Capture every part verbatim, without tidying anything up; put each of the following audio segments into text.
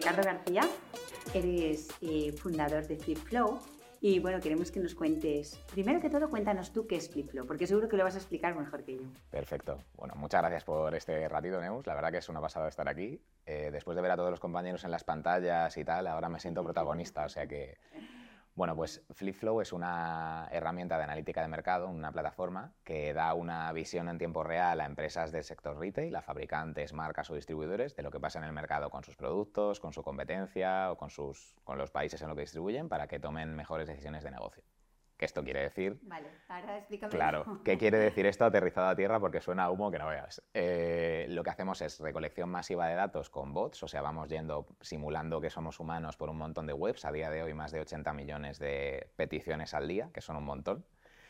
Ricardo García, eres eh, fundador de FlipFlow y bueno, queremos que nos cuentes, primero que todo, cuéntanos tú qué es FlipFlow, porque seguro que lo vas a explicar mejor que yo. Perfecto. Bueno, muchas gracias por este ratito, Neus. La verdad que es una pasada estar aquí. Eh, después de ver a todos los compañeros en las pantallas y tal, ahora me siento protagonista, o sea que... Bueno, pues FlipFlow es una herramienta de analítica de mercado, una plataforma que da una visión en tiempo real a empresas del sector retail, a fabricantes, marcas o distribuidores, de lo que pasa en el mercado con sus productos, con su competencia o con, sus, con los países en los que distribuyen, para que tomen mejores decisiones de negocio. ¿Qué esto quiere decir? Vale, ahora explícame. Claro, ¿qué quiere decir esto aterrizado a tierra? Porque suena a humo que no veas. Eh, lo que hacemos es recolección masiva de datos con bots, o sea, vamos yendo simulando que somos humanos por un montón de webs, a día de hoy más de ochenta millones de peticiones al día, que son un montón,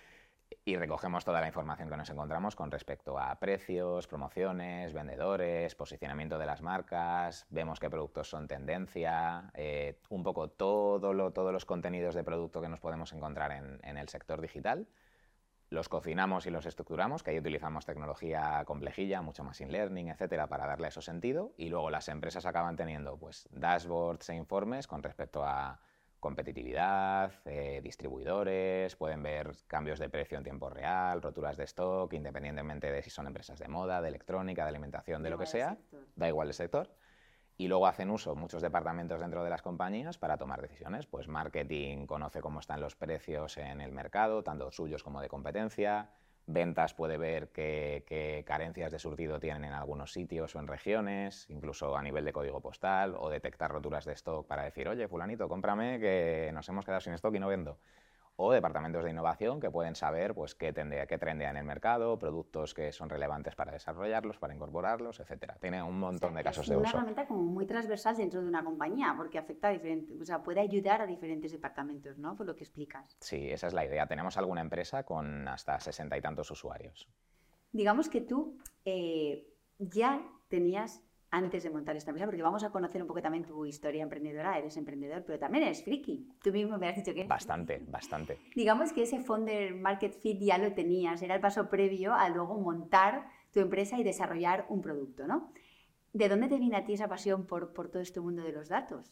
y recogemos toda la información que nos encontramos con respecto a precios, promociones, vendedores, posicionamiento de las marcas, vemos qué productos son tendencia, eh, un poco todo lo, todos los contenidos de producto que nos podemos encontrar en, en el sector digital. Los cocinamos y los estructuramos, que ahí utilizamos tecnología complejilla, mucho machine learning, etcétera, para darle eso sentido, y luego las empresas acaban teniendo pues dashboards e informes con respecto a competitividad, eh, distribuidores, pueden ver cambios de precio en tiempo real, roturas de stock, independientemente de si son empresas de moda, de electrónica, de alimentación, de lo que sea, da igual el sector. Y luego hacen uso muchos departamentos dentro de las compañías para tomar decisiones. Pues marketing conoce cómo están los precios en el mercado, tanto suyos como de competencia. Ventas puede ver qué, qué carencias de surtido tienen en algunos sitios o en regiones, incluso a nivel de código postal, o detectar roturas de stock para decir, oye, fulanito, cómprame que nos hemos quedado sin stock y no vendo. O departamentos de innovación que pueden saber pues, qué, tendea, qué trendea en el mercado, productos que son relevantes para desarrollarlos, para incorporarlos, etcétera. Tiene un montón o sea, de casos es de uso. Es una herramienta como muy transversal dentro de una compañía, porque afecta a diferentes, o sea, puede ayudar a diferentes departamentos, ¿no? Por lo que explicas. Sí, esa es la idea. Tenemos alguna empresa con hasta sesenta y tantos usuarios. Digamos que tú eh, ya tenías, antes de montar esta empresa, porque vamos a conocer un poco también tu historia emprendedora, eres emprendedor, pero también eres friki. Tú mismo me has dicho que eres Bastante, friki. bastante. Digamos que ese founder market fit ya lo tenías, era el paso previo a luego montar tu empresa y desarrollar un producto, ¿no? ¿De dónde te viene a ti esa pasión por, por todo este mundo de los datos?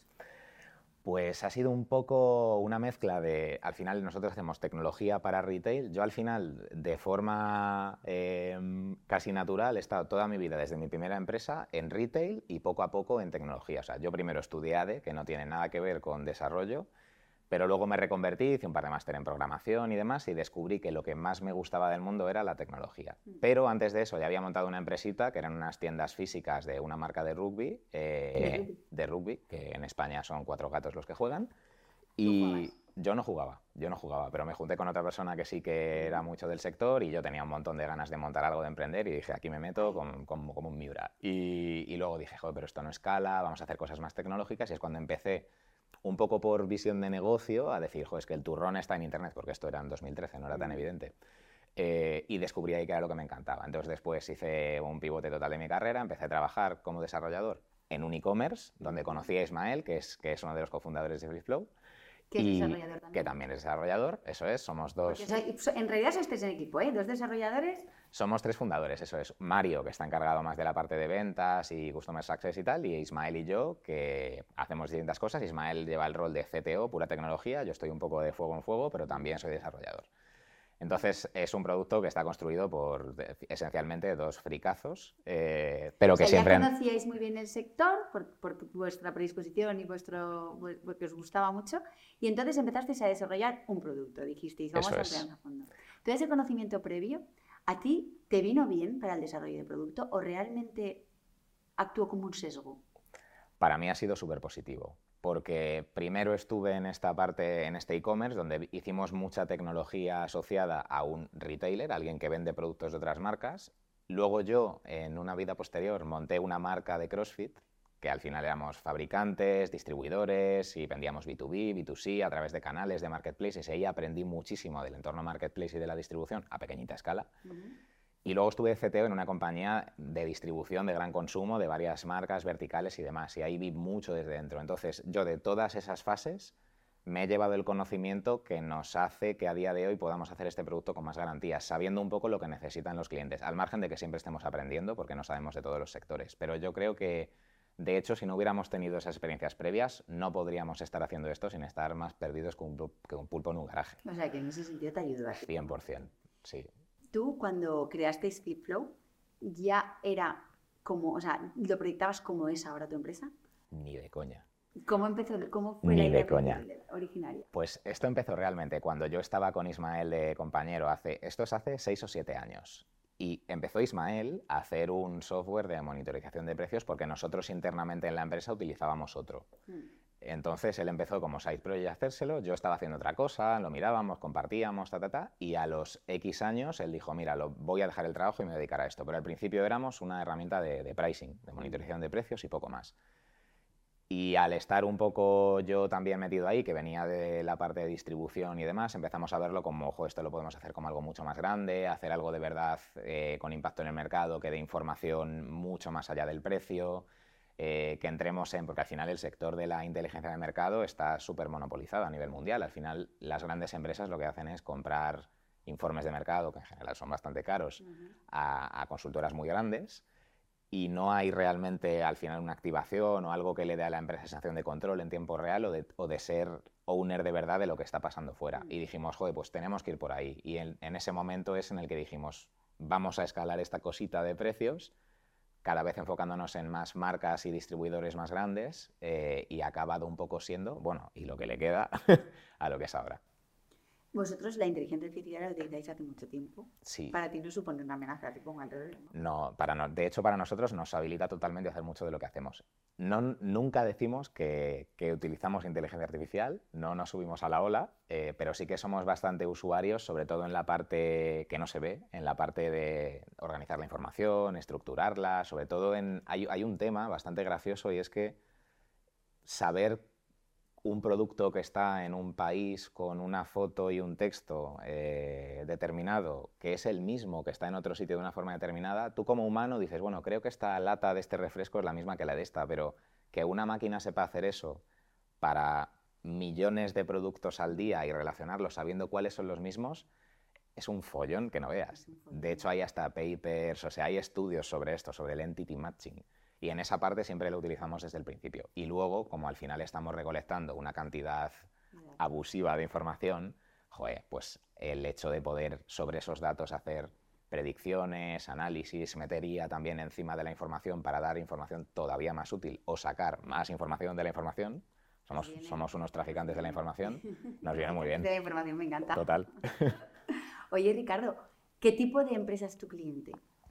Pues ha sido un poco una mezcla de, al final nosotros hacemos tecnología para retail, yo al final de forma eh, casi natural he estado toda mi vida desde mi primera empresa en retail y poco a poco en tecnología. O sea, yo primero estudié A D E, que no tiene nada que ver con desarrollo, pero luego me reconvertí, hice un par de máster en programación y demás y descubrí que lo que más me gustaba del mundo era la tecnología. Pero antes de eso ya había montado una empresita que eran unas tiendas físicas de una marca de rugby, eh, de rugby, que en España son cuatro gatos los que juegan. Y yo no jugaba, yo no jugaba, pero me junté con otra persona que sí que era mucho del sector y yo tenía un montón de ganas de montar algo, de emprender y dije, aquí me meto como, como, como un Miura. Y, y luego dije, joder, pero esto no escala, vamos a hacer cosas más tecnológicas y es cuando empecé un poco por visión de negocio, a decir, jo, es que el turrón está en Internet, porque esto era en dos mil trece, no era tan evidente. Eh, y descubrí ahí que era lo que me encantaba. Entonces después hice un pivote total de mi carrera, empecé a trabajar como desarrollador en un e-commerce, donde conocí a Ismael, que es, que es uno de los cofundadores de FlipFlow. Que es y desarrollador también. Que también es desarrollador, eso es, somos dos... Porque soy, en realidad sois tres en equipo, ¿eh? Dos desarrolladores... Somos tres fundadores, eso es. Mario, que está encargado más de la parte de ventas y Customer Success y tal, y Ismael y yo, que hacemos distintas cosas. Ismael lleva el rol de C T O, pura tecnología, yo estoy un poco de fuego en fuego, pero también soy desarrollador. Entonces, es un producto que está construido por, esencialmente, dos fricazos, eh, pero que o sea, siempre... ya conocíais muy bien el sector, por, por vuestra predisposición y vuestro, porque os gustaba mucho, y entonces empezasteis a desarrollar un producto, dijisteis, vamos Eso a es. emplear a fondo. Todo ese conocimiento previo, ¿a ti te vino bien para el desarrollo del producto o realmente actuó como un sesgo? Para mí ha sido súper positivo, porque primero estuve en esta parte, en este e-commerce, donde hicimos mucha tecnología asociada a un retailer, alguien que vende productos de otras marcas. Luego yo, en una vida posterior, monté una marca de CrossFit, que al final éramos fabricantes, distribuidores y vendíamos B dos B, B dos C a través de canales de marketplaces, y ahí aprendí muchísimo del entorno marketplace y de la distribución a pequeñita escala. Uh-huh. Y luego estuve de C T O en una compañía de distribución de gran consumo, de varias marcas verticales y demás, y ahí vi mucho desde dentro. Entonces, yo de todas esas fases me he llevado el conocimiento que nos hace que a día de hoy podamos hacer este producto con más garantías, sabiendo un poco lo que necesitan los clientes, al margen de que siempre estemos aprendiendo, porque no sabemos de todos los sectores. Pero yo creo que De hecho, si no hubiéramos tenido esas experiencias previas, no podríamos estar haciendo esto sin estar más perdidos que un, que un pulpo en un garaje. O sea, que en ese sentido te ayudó a ti. cien por ciento, sí. Tú, cuando creasteis FitFlow, ya era como, o sea, ¿lo proyectabas como es ahora tu empresa? Ni de coña. ¿Cómo empezó? ¿Cómo fue Ni la idea de coña. originaria? Pues esto empezó realmente cuando yo estaba con Ismael de compañero, hace, esto es hace seis o siete años. Y empezó Ismael a hacer un software de monitorización de precios porque nosotros internamente en la empresa utilizábamos otro. Mm. Entonces él empezó como side project a hacérselo, yo estaba haciendo otra cosa, lo mirábamos, compartíamos, ta, ta, ta, y a los X años él dijo, mira, lo, voy a dejar el trabajo y me voy a dedicar a esto. Pero al principio éramos una herramienta de, de pricing, de monitorización de precios y poco más. Y al estar un poco yo también metido ahí, que venía de la parte de distribución y demás, empezamos a verlo como, ojo, esto lo podemos hacer como algo mucho más grande, hacer algo de verdad eh, con impacto en el mercado, que dé información mucho más allá del precio, eh, que entremos en, porque al final el sector de la inteligencia de mercado está súper monopolizado a nivel mundial. Al final las grandes empresas lo que hacen es comprar informes de mercado, que en general son bastante caros, uh-huh. a, a consultoras muy grandes, y no hay realmente al final una activación o algo que le dé a la empresa sensación de control en tiempo real o de, o de ser owner de verdad de lo que está pasando fuera. Y dijimos, joder, pues tenemos que ir por ahí. Y en, en ese momento es en el que dijimos, vamos a escalar esta cosita de precios, cada vez enfocándonos en más marcas y distribuidores más grandes, eh, y ha acabado un poco siendo, bueno, y lo que le queda a lo que es ahora. Vosotros la inteligencia artificial la utilizáis hace mucho tiempo. Sí. Para ti no supone una amenaza, te pongo al revés, ¿no? No, para no, de hecho para nosotros nos habilita totalmente a hacer mucho de lo que hacemos. No, nunca decimos que, que utilizamos inteligencia artificial, no nos subimos a la ola, eh, pero sí que somos bastante usuarios, sobre todo en la parte que no se ve, en la parte de organizar la información, estructurarla, sobre todo en... Hay, hay un tema bastante gracioso y es que saber un producto que está en un país con una foto y un texto eh, determinado, que es el mismo que está en otro sitio de una forma determinada, tú como humano dices, bueno, creo que esta lata de este refresco es la misma que la de esta, pero que una máquina sepa hacer eso para millones de productos al día y relacionarlos sabiendo cuáles son los mismos, es un follón que no veas. De hecho, hay hasta papers, o sea, hay estudios sobre esto, sobre el entity matching. Y en esa parte siempre lo utilizamos desde el principio. Y luego, como al final estamos recolectando una cantidad abusiva de información, joder, pues el hecho de poder sobre esos datos hacer predicciones, análisis, metería también encima de la información para dar información todavía más útil o sacar más información de la información. Somos, somos unos traficantes de la información. Nos viene muy bien. De la información me encanta. Total. Oye, Ricardo, ¿qué tipo de empresa es tu cliente?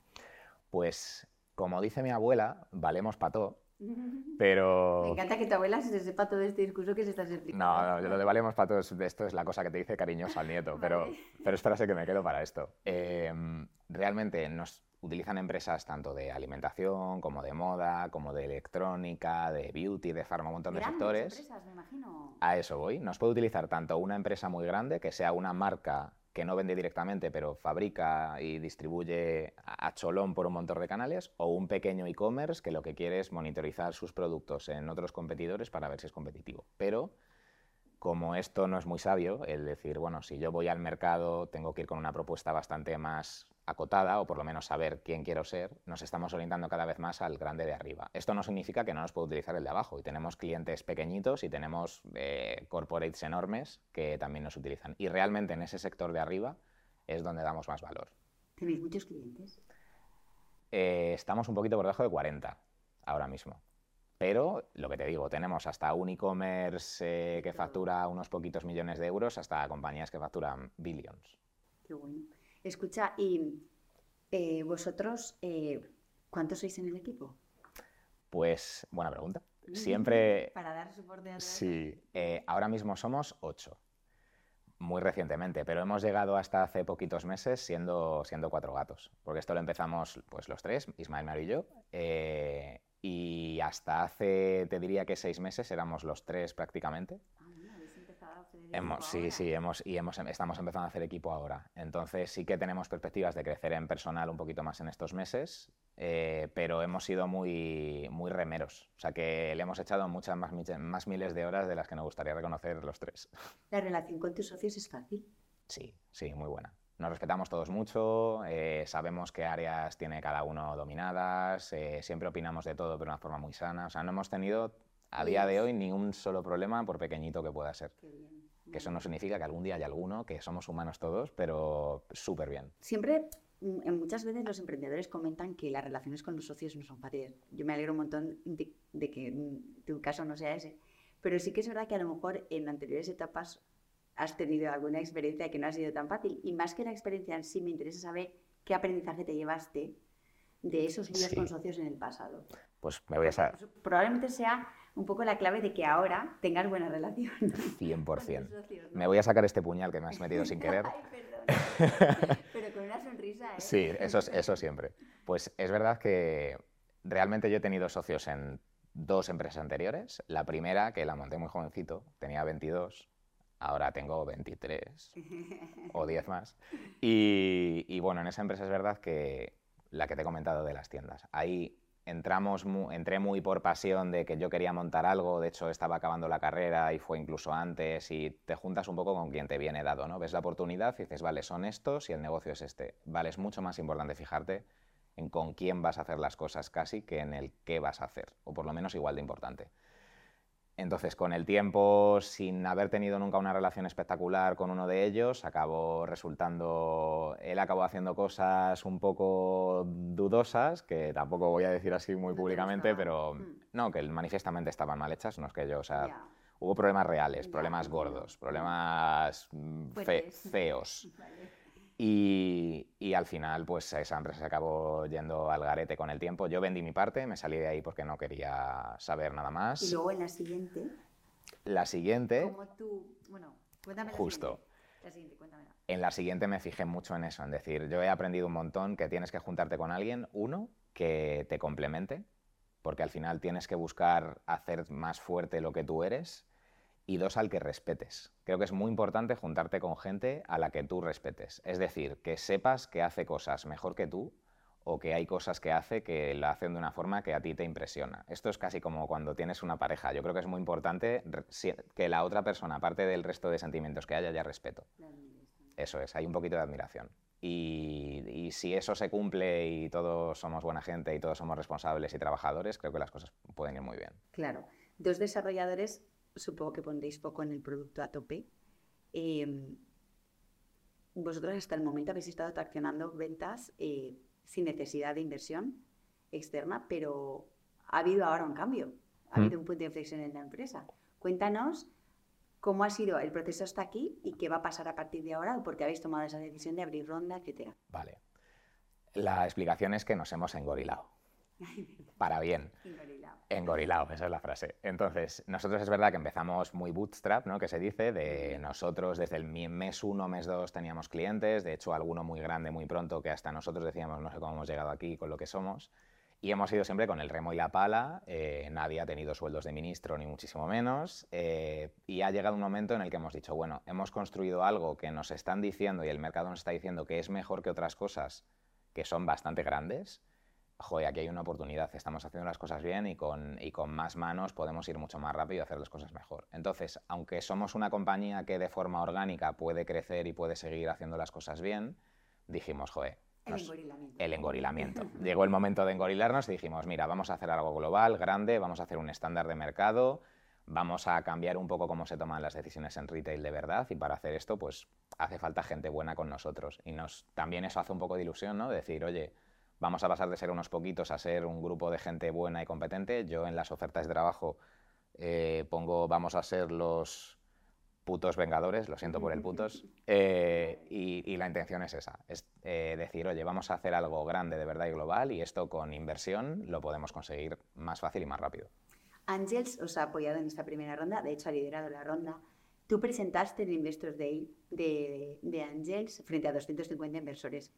Pues... Como dice mi abuela, valemos para todo, pero... Me encanta que tu abuela se sepa todo este discurso que se estás explicando. No, no, lo de valemos para todo, esto es la cosa que te dice cariñoso al nieto, pero, vale. pero es frase que me quedo para esto. Eh, realmente nos utilizan empresas tanto de alimentación, como de moda, como de electrónica, de beauty, de farma, un montón de sectores. Empresas, me imagino. A eso voy. Nos puede utilizar tanto una empresa muy grande, que sea una marca que no vende directamente, pero fabrica y distribuye a cholón por un montón de canales, o un pequeño e-commerce que lo que quiere es monitorizar sus productos en otros competidores para ver si es competitivo. Pero, como esto no es muy sabio, el decir, bueno, si yo voy al mercado, tengo que ir con una propuesta bastante más acotada, o por lo menos saber quién quiero ser, nos estamos orientando cada vez más al grande de arriba. Esto no significa que no nos pueda utilizar el de abajo, y tenemos clientes pequeñitos y tenemos eh, corporates enormes que también nos utilizan. Y realmente en ese sector de arriba es donde damos más valor. ¿Tenéis muchos clientes? Eh, estamos un poquito por debajo de cuarenta ahora mismo. Pero, lo que te digo, tenemos hasta un e-commerce eh, que factura unos poquitos millones de euros hasta compañías que facturan billions. Qué bueno. Escucha, y eh, vosotros, eh, ¿cuántos sois en el equipo? Pues, buena pregunta. Siempre... Para dar soporte a todos. Sí, eh, ahora mismo somos ocho. Muy recientemente, pero hemos llegado hasta hace poquitos meses siendo, siendo cuatro gatos. Porque esto lo empezamos pues los tres, Ismael, Mario y yo. Eh, y hasta hace, te diría que seis meses éramos los tres prácticamente. Hemos, sí, sí, hemos, y hemos, estamos empezando a hacer equipo ahora. Entonces sí que tenemos perspectivas de crecer en personal un poquito más en estos meses, eh, pero hemos sido muy, muy remeros. O sea que le hemos echado muchas más, más miles de horas de las que nos gustaría reconocer los tres. ¿La relación con tus socios es fácil? Sí, sí, muy buena. Nos respetamos todos mucho, eh, sabemos qué áreas tiene cada uno dominadas, eh, siempre opinamos de todo, pero de una forma muy sana. O sea, no hemos tenido a día de hoy ni un solo problema, por pequeñito que pueda ser. Qué bien. Que eso no significa que algún día haya alguno, que somos humanos todos, pero súper bien. Siempre, mm, muchas veces los emprendedores comentan que las relaciones con los socios no son fáciles. Yo me alegro un montón de, de que mm, tu caso no sea ese. Pero sí que es verdad que a lo mejor en anteriores etapas has tenido alguna experiencia que no ha sido tan fácil. Y más que la experiencia en sí, me interesa saber qué aprendizaje te llevaste de esos líos Sí. con socios en el pasado. Pues me voy a saber. Pues probablemente sea un poco la clave de que ahora tengas buena relación. cien por con cien. tus socios, ¿no? Me voy a sacar este puñal que me has metido sin querer. Ay, perdón. Pero con una sonrisa, ¿eh? Sí, eso, es- eso siempre. Pues es verdad que realmente yo he tenido socios en dos empresas anteriores. La primera, que la monté muy jovencito, tenía veintidós, ahora tengo veintitrés o diez más. Y, y bueno, en esa empresa es verdad que la que te he comentado de las tiendas, ahí entramos mu- entré muy por pasión de que yo quería montar algo, de hecho estaba acabando la carrera y fue incluso antes, y te juntas un poco con quien te viene dado, ¿no? Ves la oportunidad y dices, vale, son estos y el negocio es este. Vale, es mucho más importante fijarte en con quién vas a hacer las cosas casi que en el qué vas a hacer, o por lo menos igual de importante. Entonces, con el tiempo, sin haber tenido nunca una relación espectacular con uno de ellos, acabó resultando, él acabó haciendo cosas un poco dudosas, que tampoco voy a decir así muy No te públicamente, gustaban. pero Mm. no, que manifiestamente estaban mal hechas, no es que yo, o sea, Ya. hubo problemas reales, Ya, problemas entiendo. gordos, problemas mm, fe- Fuertes. feos. Vale. Y, y al final, pues esa empresa se acabó yendo al garete con el tiempo. Yo vendí mi parte, me salí de ahí porque no quería saber nada Y más. luego en la siguiente, La siguiente, como tú... Bueno, cuéntame la Justo. siguiente. La siguiente, cuéntamela. en la siguiente me fijé mucho en eso, en decir, yo he aprendido un montón que tienes que juntarte con alguien, uno, que te complemente, porque al final tienes que buscar hacer más fuerte lo que tú eres, y dos, al que respetes. Creo que es muy importante juntarte con gente a la que tú respetes. Es decir, que sepas que hace cosas mejor que tú o que hay cosas que hace que la hacen de una forma que a ti te impresiona. Esto es casi como cuando tienes una pareja. Yo creo que es muy importante re- si- que la otra persona, aparte del resto de sentimientos que haya, haya respeto. La administración. Eso es, hay un poquito de admiración. Y, y si eso se cumple y todos somos buena gente y todos somos responsables y trabajadores, creo que las cosas pueden ir muy bien. Claro. Dos desarrolladores, supongo que pondréis poco en el producto a tope. Eh, vosotros hasta el momento habéis estado traccionando ventas eh, sin necesidad de inversión externa, pero ha habido ahora un cambio. Ha Mm. habido un punto de inflexión en la empresa. Cuéntanos cómo ha sido el proceso hasta aquí y qué va a pasar a partir de ahora, o por qué habéis tomado esa decisión de abrir ronda, etcétera. Vale. La explicación es que nos hemos engorilado. Para bien. Engorilado. Engorilado, esa es la frase. Entonces, nosotros es verdad que empezamos muy bootstrap, ¿no? Que se dice, de nosotros desde el mi- mes uno, mes dos teníamos clientes, de hecho alguno muy grande muy pronto que hasta nosotros decíamos no sé cómo hemos llegado aquí con lo que somos, y hemos ido siempre con el remo y la pala, eh, nadie ha tenido sueldos de ministro ni muchísimo menos, eh, y ha llegado un momento en el que hemos dicho, bueno, hemos construido algo que nos están diciendo y el mercado nos está diciendo que es mejor que otras cosas que son bastante grandes. Joder, aquí hay una oportunidad, estamos haciendo las cosas bien y con, y con más manos podemos ir mucho más rápido y hacer las cosas mejor. Entonces, aunque somos una compañía que de forma orgánica puede crecer y puede seguir haciendo las cosas bien, dijimos, joder, El nos- engorilamiento. el engorilamiento. Llegó el momento de engorilarnos y dijimos, mira, vamos a hacer algo global, grande, vamos a hacer un estándar de mercado, vamos a cambiar un poco cómo se toman las decisiones en retail de verdad, y para hacer esto, pues hace falta gente buena con nosotros. Y nos, también eso hace un poco de ilusión, ¿no? Decir, oye, vamos a pasar de ser unos poquitos a ser un grupo de gente buena y competente. Yo en las ofertas de trabajo eh, pongo, vamos a ser los putos vengadores, lo siento por el putos, eh, y, y la intención es esa, es eh, decir, oye, vamos a hacer algo grande de verdad y global, y esto con inversión lo podemos conseguir más fácil y más rápido. Angels os ha apoyado en esta primera ronda, de hecho ha liderado la ronda. Tú presentaste el Investors Day de, de Angels frente a doscientos cincuenta inversores.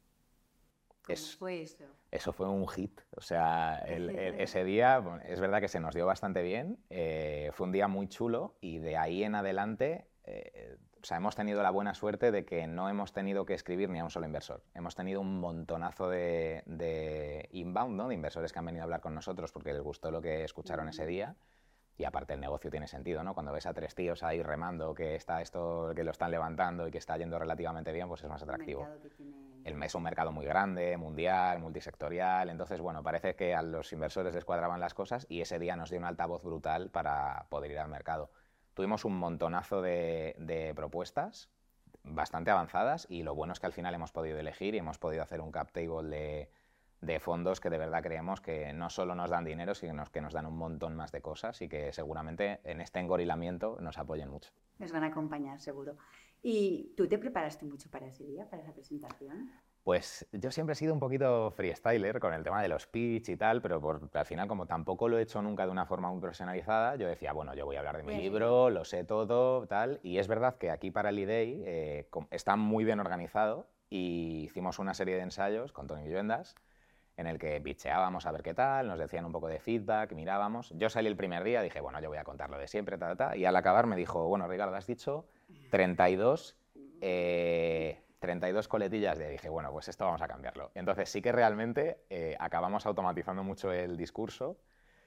¿Cómo Es- fue eso? Eso fue un hit, o sea, el- el- ese día, bueno, es verdad que se nos dio bastante bien, eh, fue un día muy chulo, y de ahí en adelante, eh, o sea, hemos tenido la buena suerte de que no hemos tenido que escribir ni a un solo inversor. Hemos tenido un montonazo de, de inbound, ¿no? De inversores que han venido a hablar con nosotros porque les gustó lo que escucharon ese día, Y aparte el negocio tiene sentido, ¿no? Cuando ves a tres tíos ahí remando, que está esto, que lo están levantando y que está yendo relativamente bien, pues es más atractivo. Tiene... El, es un mercado muy grande, mundial, multisectorial, entonces, bueno, parece que a los inversores les cuadraban las cosas y ese día nos dio un altavoz brutal para poder ir al mercado. Tuvimos un montonazo de, de propuestas bastante avanzadas y lo bueno es que al final hemos podido elegir y hemos podido hacer un cap table de, de fondos que de verdad creemos que no solo nos dan dinero, sino que nos dan un montón más de cosas y que seguramente en este engorilamiento nos apoyen mucho. Nos van a acompañar, seguro. ¿Y tú te preparaste mucho para ese día, para esa presentación? Pues yo siempre he sido un poquito freestyler con el tema de los pitch y tal, pero por, al final como tampoco lo he hecho nunca de una forma muy profesionalizada, yo decía, bueno, yo voy a hablar de mi libro, lo sé todo, tal, y es verdad que aquí para el I-Day eh, está muy bien organizado y hicimos una serie de ensayos con Toni Villuendas en el que pitcheábamos a ver qué tal, nos decían un poco de feedback, mirábamos. Yo salí el primer día, dije, bueno, yo voy a contar lo de siempre, ta, ta, ta, y al acabar me dijo, bueno, Ricardo, has dicho treinta y dos... Eh, treinta y dos coletillas de, dije, bueno, pues esto vamos a cambiarlo. Entonces sí que realmente eh, acabamos automatizando mucho el discurso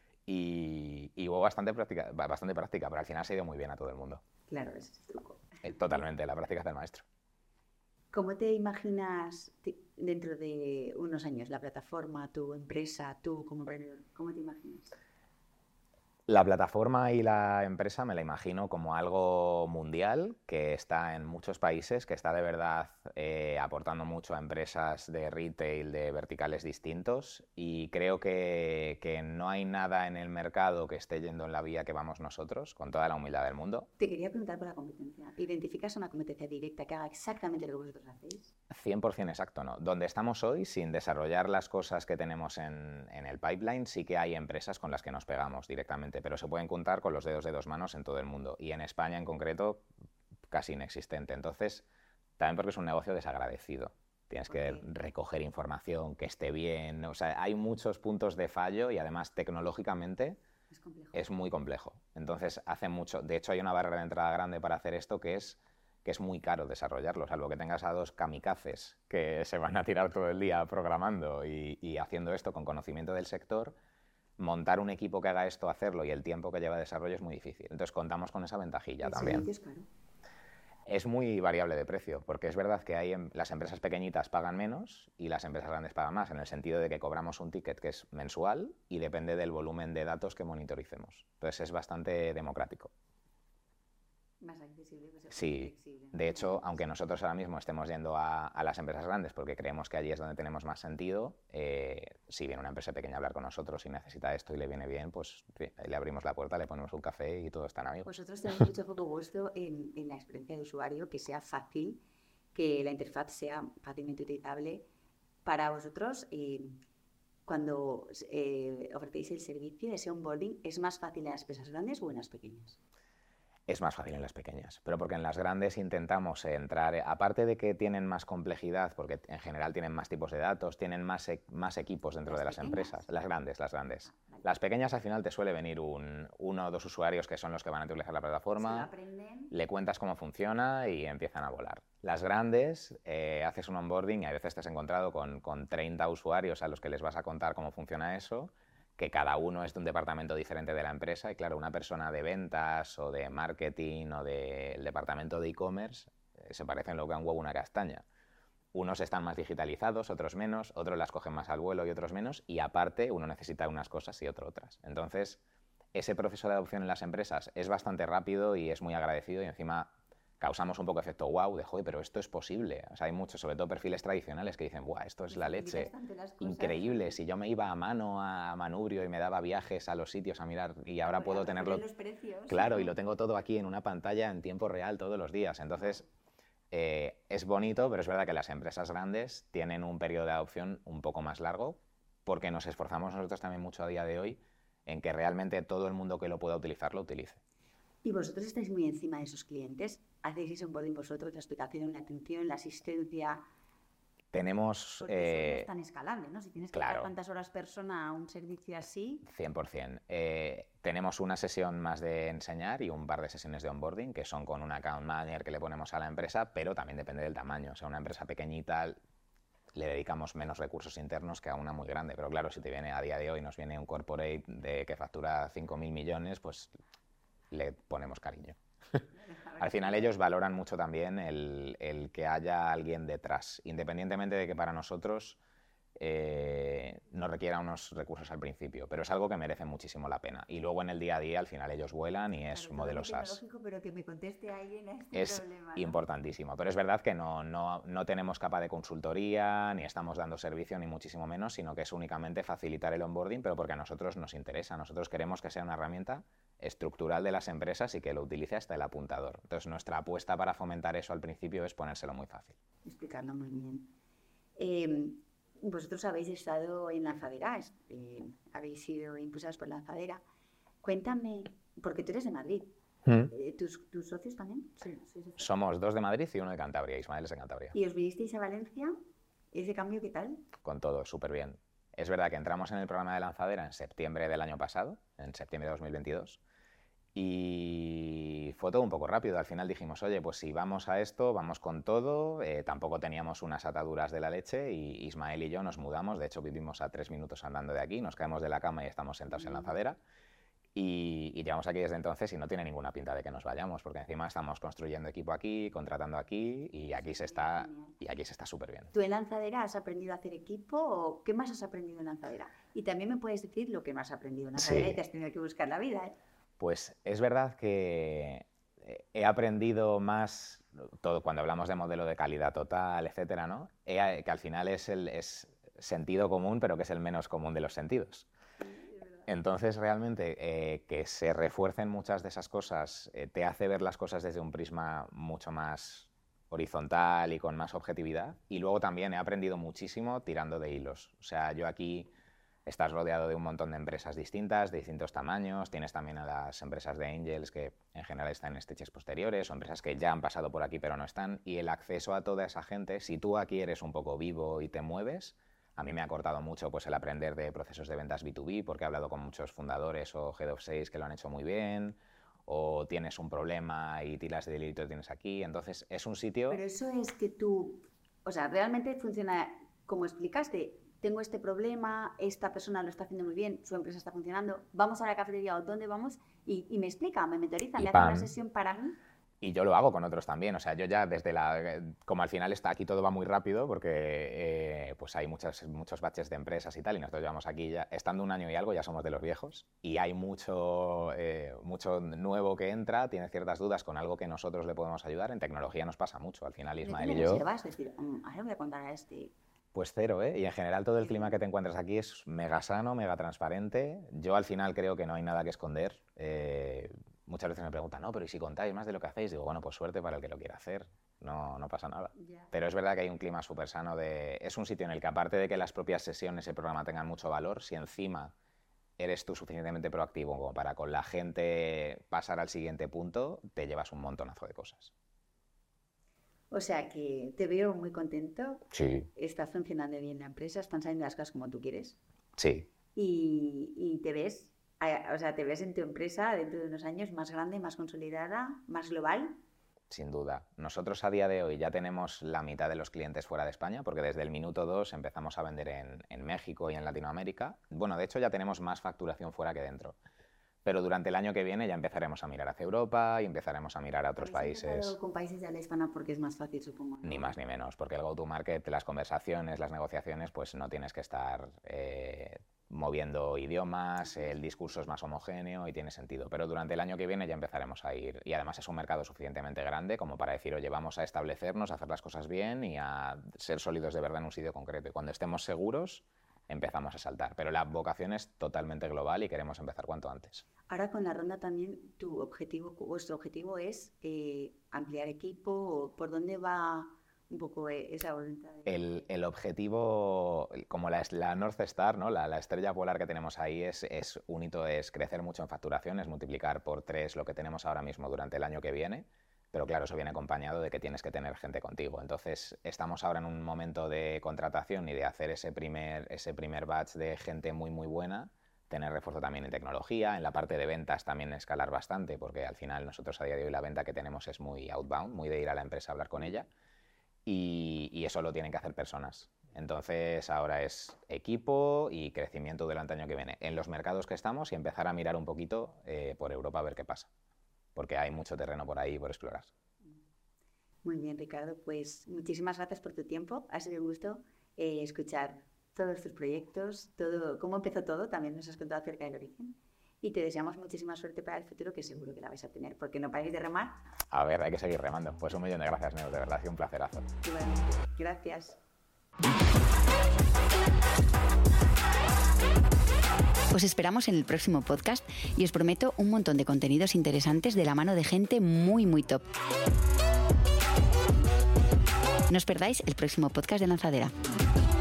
y, y hubo bastante práctica, bastante práctica, pero al final se ha ido muy bien a todo el mundo. Claro, ese es el truco. Eh, totalmente, la práctica es del maestro. ¿Cómo te imaginas dentro de unos años la plataforma, tu empresa, tú como emprendedor? ¿Cómo te imaginas? La plataforma y la empresa me la imagino como algo mundial, que está en muchos países, que está de verdad eh, aportando mucho a empresas de retail de verticales distintos y creo que, que no hay nada en el mercado que esté yendo en la vía que vamos nosotros, con toda la humildad del mundo. Te quería preguntar por la competencia. ¿Identificas una competencia directa que haga exactamente lo que vosotros hacéis? cien por ciento exacto, no. Donde estamos hoy, sin desarrollar las cosas que tenemos en, en el pipeline, sí que hay empresas con las que nos pegamos directamente, pero se pueden contar con los dedos de dos manos en todo el mundo. Y en España en concreto, casi inexistente. Entonces, también porque es un negocio desagradecido. Tienes que okay. recoger información, que esté bien. O sea, hay muchos puntos de fallo y además tecnológicamente es, complejo. es muy complejo. Entonces, hace mucho. De hecho, hay una barrera de entrada grande para hacer esto que es que es muy caro desarrollarlo, salvo que tengas a dos kamikazes que se van a tirar todo el día programando y, y haciendo esto con conocimiento del sector, montar un equipo que haga esto, hacerlo y el tiempo que lleva de desarrollo es muy difícil. Entonces contamos con esa ventajilla también. Es caro. Es muy variable de precio, porque es verdad que hay en, las empresas pequeñitas pagan menos y las empresas grandes pagan más, en el sentido de que cobramos un ticket que es mensual y depende del volumen de datos que monitoricemos. Entonces es bastante democrático. Más accesible, pues sí, flexible. De hecho, aunque nosotros ahora mismo estemos yendo a, a las empresas grandes porque creemos que allí es donde tenemos más sentido, eh, si viene una empresa pequeña a hablar con nosotros y necesita esto y le viene bien, pues le abrimos la puerta, le ponemos un café y todos están amigos. Vosotros tenéis mucho foco vuestro en, en la experiencia de usuario, que sea fácil, que la interfaz sea fácilmente utilizable para vosotros. Eh, cuando eh, ofrecéis el servicio, ese onboarding, ¿es más fácil en las empresas grandes o en las pequeñas? Es más fácil en las pequeñas, pero porque en las grandes intentamos entrar, aparte de que tienen más complejidad, porque en general tienen más tipos de datos, tienen más, e más equipos dentro ¿Las de las pequeñas? empresas, las grandes, las grandes. Ah, vale. Las pequeñas al final te suele venir un, uno o dos usuarios que son los que van a utilizar la plataforma, le cuentas cómo funciona y empiezan a volar. Las grandes, eh, haces un onboarding y a veces te has encontrado con, con treinta usuarios a los que les vas a contar cómo funciona eso, que cada uno es de un departamento diferente de la empresa y claro, una persona de ventas o de marketing o del departamento de e-commerce eh, se parecen lo que a un huevo una castaña. Unos están más digitalizados, otros menos, otros las cogen más al vuelo y otros menos y aparte uno necesita unas cosas y otro otras. Entonces, ese proceso de adopción en las empresas es bastante rápido y es muy agradecido y encima causamos un poco efecto wow de joder, pero esto es posible. O sea, hay muchos, sobre todo perfiles tradicionales que dicen, guau, esto es la leche, increíble. Si yo me iba a mano a Manubrio y me daba viajes a los sitios a mirar y ahora puedo tenerlo, los precios, claro, ¿no? Y lo tengo todo aquí en una pantalla en tiempo real todos los días. Entonces, eh, es bonito, pero es verdad que las empresas grandes tienen un periodo de adopción un poco más largo porque nos esforzamos nosotros también mucho a día de hoy en que realmente todo el mundo que lo pueda utilizar lo utilice. ¿Y vosotros estáis muy encima de esos clientes? ¿Hacéis ese onboarding vosotros, la explicación, la atención, la asistencia? Tenemos... Porque eh, eso no es tan escalable, ¿no? Si tienes que claro, dar cuántas horas persona a un servicio así... cien por ciento. Eh, tenemos una sesión más de enseñar y un par de sesiones de onboarding que son con un account manager que le ponemos a la empresa, pero también depende del tamaño. O sea, una empresa pequeñita le dedicamos menos recursos internos que a una muy grande. Pero claro, si te viene a día de hoy, nos viene un corporate de que factura cinco mil millones, pues le ponemos cariño. Al final ellos valoran mucho también el, el que haya alguien detrás, independientemente de que para nosotros eh, no requiera unos recursos al principio, pero es algo que merece muchísimo la pena. Y luego en el día a día al final ellos vuelan y es Claro, modelo todo muy SaaS. tecnológico, pero que me conteste alguien a este Es problema, ¿no? importantísimo, pero es verdad que no, no, no tenemos capa de consultoría, ni estamos dando servicio, ni muchísimo menos, sino que es únicamente facilitar el onboarding, pero porque a nosotros nos interesa. Nosotros queremos que sea una herramienta estructural de las empresas y que lo utilice hasta el apuntador. Entonces nuestra apuesta para fomentar eso al principio es ponérselo muy fácil. Explicarlo muy bien. Eh, vosotros habéis estado en Lanzadera, eh, habéis sido impulsados por Lanzadera. Cuéntame, porque tú eres de Madrid. Eh, ¿tus, ¿Tus socios también? Sí, sí, sí. Somos dos de Madrid y uno de Cantabria. Ismael es de Cantabria. ¿Y os vinisteis a Valencia? ¿Ese cambio qué tal? Con todo, súper bien. Es verdad que entramos en el programa de Lanzadera en septiembre del año pasado, en septiembre de dos mil veintidós, y fue todo un poco rápido. Al final dijimos, oye, pues si vamos a esto, vamos con todo. Eh, tampoco teníamos unas ataduras de la leche y Ismael y yo nos mudamos. De hecho, vivimos a tres minutos andando de aquí, nos caemos de la cama y estamos sentados en Lanzadera. Y, y llevamos aquí desde entonces y no tiene ninguna pinta de que nos vayamos, porque encima estamos construyendo equipo aquí, contratando aquí y aquí se está y aquí se está súper bien. ¿Tú en Lanzadera has aprendido a hacer equipo o qué más has aprendido en Lanzadera? Y también me puedes decir lo que no has aprendido en Lanzadera sí. Y te has tenido que buscar la vida, ¿eh? Pues es verdad que he aprendido más, todo cuando hablamos de modelo de calidad total, etcétera, ¿no? He, que al final es, el, es sentido común, pero que es el menos común de los sentidos. Entonces, realmente, eh, que se refuercen muchas de esas cosas eh, te hace ver las cosas desde un prisma mucho más horizontal y con más objetividad. Y luego también he aprendido muchísimo tirando de hilos. O sea, yo aquí estás rodeado de un montón de empresas distintas, de distintos tamaños. Tienes también a las empresas de Angels que en general están en stages posteriores o empresas que ya han pasado por aquí pero no están. Y el acceso a toda esa gente, si tú aquí eres un poco vivo y te mueves, a mí me ha cortado mucho pues, el aprender de procesos de ventas B dos B, porque he hablado con muchos fundadores o head of sales que lo han hecho muy bien, o tienes un problema y tiras de delito y tienes aquí. Entonces, es un sitio... Pero eso es que tú... O sea, realmente funciona como explicaste. Tengo este problema, esta persona lo está haciendo muy bien, su empresa está funcionando, vamos a la cafetería o dónde vamos y, y me explica, me mentoriza, y me hace una sesión para mí. Y yo lo hago con otros también, o sea, yo ya desde la... Como al final está aquí todo va muy rápido porque eh, pues hay muchos, muchos batches de empresas y tal, y nosotros llevamos aquí ya, estando un año y algo, ya somos de los viejos, y hay mucho, eh, mucho nuevo que entra, tiene ciertas dudas con algo que nosotros le podemos ayudar. En tecnología nos pasa mucho, al final Ismael y yo... Reservas, es decir, um, ahora voy a contar a este... Pues cero, ¿eh? Y en general todo el clima que te encuentras aquí es mega sano, mega transparente. Yo al final creo que no hay nada que esconder. Eh, muchas veces me preguntan, no, pero ¿y si contáis más de lo que hacéis? Digo, bueno, pues suerte para el que lo quiera hacer. No, no pasa nada. Yeah. Pero es verdad que hay un clima súper sano. De... Es un sitio en el que aparte de que las propias sesiones y el programa tengan mucho valor, si encima eres tú suficientemente proactivo como para con la gente pasar al siguiente punto, te llevas un montonazo de cosas. O sea que te veo muy contento. Sí. Está funcionando bien la empresa, están saliendo las cosas como tú quieres. Sí. Y, y te ves, o sea, te ves en tu empresa dentro de unos años más grande, más consolidada, más global. Sin duda. Nosotros a día de hoy ya tenemos la mitad de los clientes fuera de España, porque desde el minuto dos empezamos a vender en, en México y en Latinoamérica. Bueno, de hecho ya tenemos más facturación fuera que dentro. Pero durante el año que viene ya empezaremos a mirar hacia Europa y empezaremos a mirar a otros países. Con países de habla hispana porque es más fácil, supongo, ¿no? Ni más ni menos, porque el go-to-market, las conversaciones, las negociaciones, pues no tienes que estar eh, moviendo idiomas, el discurso es más homogéneo y tiene sentido. Pero durante el año que viene ya empezaremos a ir, y además es un mercado suficientemente grande como para decir, oye, vamos a establecernos, a hacer las cosas bien y a ser sólidos de verdad en un sitio concreto. Y cuando estemos seguros, empezamos a saltar. Pero la vocación es totalmente global y queremos empezar cuanto antes. Ahora con la ronda también, tu objetivo, vuestro objetivo es eh, ampliar equipo. ¿Por dónde va un poco esa voluntad? De... El, el objetivo, como la, la North Star, ¿no? la, la estrella polar que tenemos ahí es, es un hito, es crecer mucho en facturación, es multiplicar por tres lo que tenemos ahora mismo durante el año que viene. Pero claro, eso viene acompañado de que tienes que tener gente contigo. Entonces, estamos ahora en un momento de contratación y de hacer ese primer, ese primer batch de gente muy, muy buena, tener refuerzo también en tecnología, en la parte de ventas también escalar bastante, porque al final nosotros a día de hoy la venta que tenemos es muy outbound, muy de ir a la empresa a hablar con ella, y, y eso lo tienen que hacer personas. Entonces ahora es equipo y crecimiento durante el año que viene en los mercados que estamos y empezar a mirar un poquito eh, por Europa a ver qué pasa, porque hay mucho terreno por ahí por explorar. Muy bien, Ricardo, pues muchísimas gracias por tu tiempo. Ha sido un gusto eh, escuchar todos tus proyectos, todo, cómo empezó todo, también nos has contado acerca del origen. Y te deseamos muchísima suerte para el futuro, que seguro que la vais a tener, porque no paréis de remar. A ver, hay que seguir remando. Pues un millón de gracias, Neus, de verdad, ha sido un placerazo. Igualmente. Gracias. Os esperamos en el próximo podcast y os prometo un montón de contenidos interesantes de la mano de gente muy, muy top. No os perdáis el próximo podcast de Lanzadera.